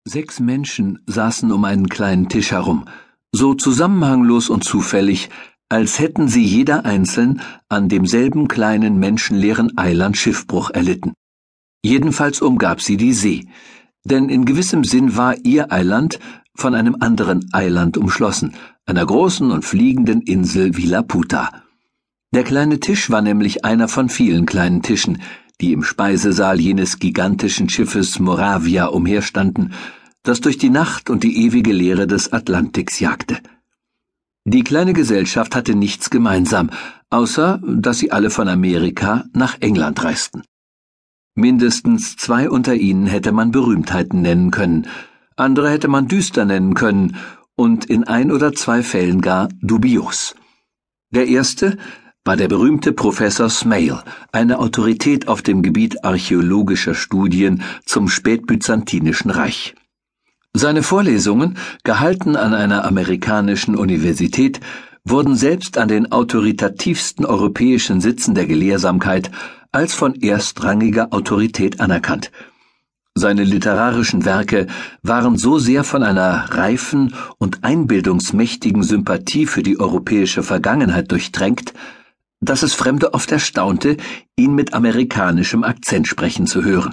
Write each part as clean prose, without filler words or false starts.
6 Menschen saßen um einen kleinen Tisch herum, so zusammenhanglos und zufällig, als hätten sie jeder einzeln an demselben kleinen menschenleeren Eiland Schiffbruch erlitten. Jedenfalls umgab sie die See, denn in gewissem Sinn war ihr Eiland von einem anderen Eiland umschlossen, einer großen und fliegenden Insel wie Laputa. Der kleine Tisch war nämlich einer von vielen kleinen Tischen, die im Speisesaal jenes gigantischen Schiffes Moravia umherstanden, das durch die Nacht und die ewige Leere des Atlantiks jagte. Die kleine Gesellschaft hatte nichts gemeinsam, außer dass sie alle von Amerika nach England reisten. Mindestens 2 unter ihnen hätte man Berühmtheiten nennen können, andere hätte man düster nennen können und in 1 oder 2 Fällen gar dubios. Der erste war der berühmte Professor Smale, eine Autorität auf dem Gebiet archäologischer Studien zum spätbyzantinischen Reich. Seine Vorlesungen, gehalten an einer amerikanischen Universität, wurden selbst an den autoritativsten europäischen Sitzen der Gelehrsamkeit als von erstrangiger Autorität anerkannt. Seine literarischen Werke waren so sehr von einer reifen und einbildungsmächtigen Sympathie für die europäische Vergangenheit durchtränkt, dass es Fremde oft erstaunte, ihn mit amerikanischem Akzent sprechen zu hören.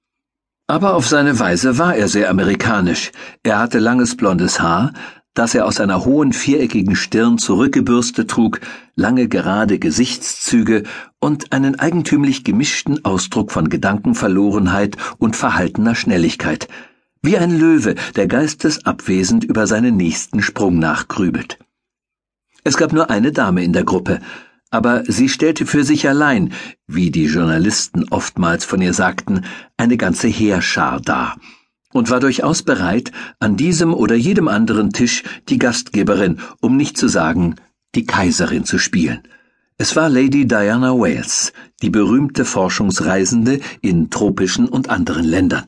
Aber auf seine Weise war er sehr amerikanisch. Er hatte langes blondes Haar, das er aus einer hohen viereckigen Stirn zurückgebürstet trug, lange gerade Gesichtszüge und einen eigentümlich gemischten Ausdruck von Gedankenverlorenheit und verhaltener Schnelligkeit, wie ein Löwe, der geistesabwesend über seinen nächsten Sprung nachgrübelt. Es gab nur eine Dame in der Gruppe, aber sie stellte für sich allein, wie die Journalisten oftmals von ihr sagten, eine ganze Heerschar dar und war durchaus bereit, an diesem oder jedem anderen Tisch die Gastgeberin, um nicht zu sagen, die Kaiserin zu spielen. Es war Lady Diana Wales, die berühmte Forschungsreisende in tropischen und anderen Ländern.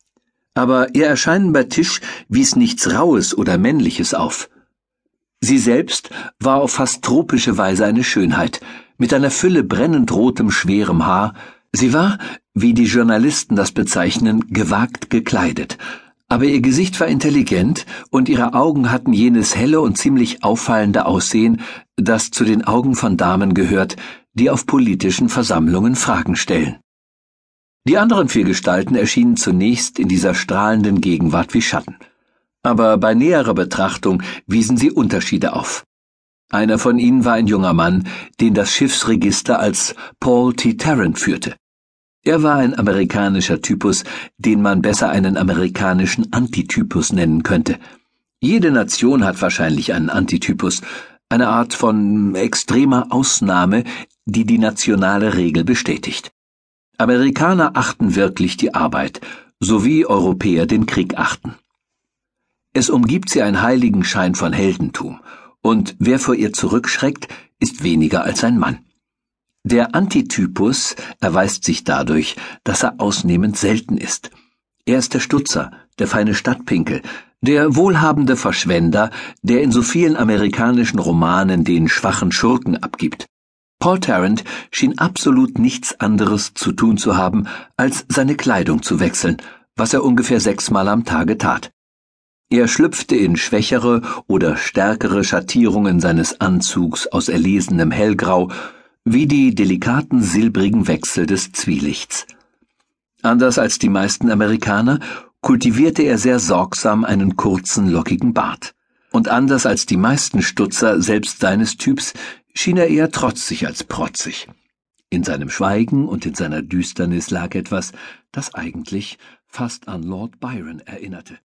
Aber ihr Erscheinen bei Tisch wies nichts Rauhes oder Männliches auf. Sie selbst war auf fast tropische Weise eine Schönheit, mit einer Fülle brennend rotem, schwerem Haar. Sie war, wie die Journalisten das bezeichnen, gewagt gekleidet, aber ihr Gesicht war intelligent und ihre Augen hatten jenes helle und ziemlich auffallende Aussehen, das zu den Augen von Damen gehört, die auf politischen Versammlungen Fragen stellen. Die anderen 4 Gestalten erschienen zunächst in dieser strahlenden Gegenwart wie Schatten. Aber bei näherer Betrachtung wiesen sie Unterschiede auf. Einer von ihnen war ein junger Mann, den das Schiffsregister als Paul T. Tarrant führte. Er war ein amerikanischer Typus, den man besser einen amerikanischen Antitypus nennen könnte. Jede Nation hat wahrscheinlich einen Antitypus, eine Art von extremer Ausnahme, die die nationale Regel bestätigt. Amerikaner achten wirklich die Arbeit, so wie Europäer den Krieg achten. Es umgibt sie ein Heiligenschein von Heldentum, und wer vor ihr zurückschreckt, ist weniger als ein Mann. Der Antitypus erweist sich dadurch, dass er ausnehmend selten ist. Er ist der Stutzer, der feine Stadtpinkel, der wohlhabende Verschwender, der in so vielen amerikanischen Romanen den schwachen Schurken abgibt. Paul Tarrant schien absolut nichts anderes zu tun zu haben, als seine Kleidung zu wechseln, was er ungefähr 6-mal am Tage tat. Er schlüpfte in schwächere oder stärkere Schattierungen seines Anzugs aus erlesenem Hellgrau, wie die delikaten silbrigen Wechsel des Zwielichts. Anders als die meisten Amerikaner kultivierte er sehr sorgsam einen kurzen, lockigen Bart. Und anders als die meisten Stutzer selbst seines Typs schien er eher trotzig als protzig. In seinem Schweigen und in seiner Düsternis lag etwas, das eigentlich fast an Lord Byron erinnerte.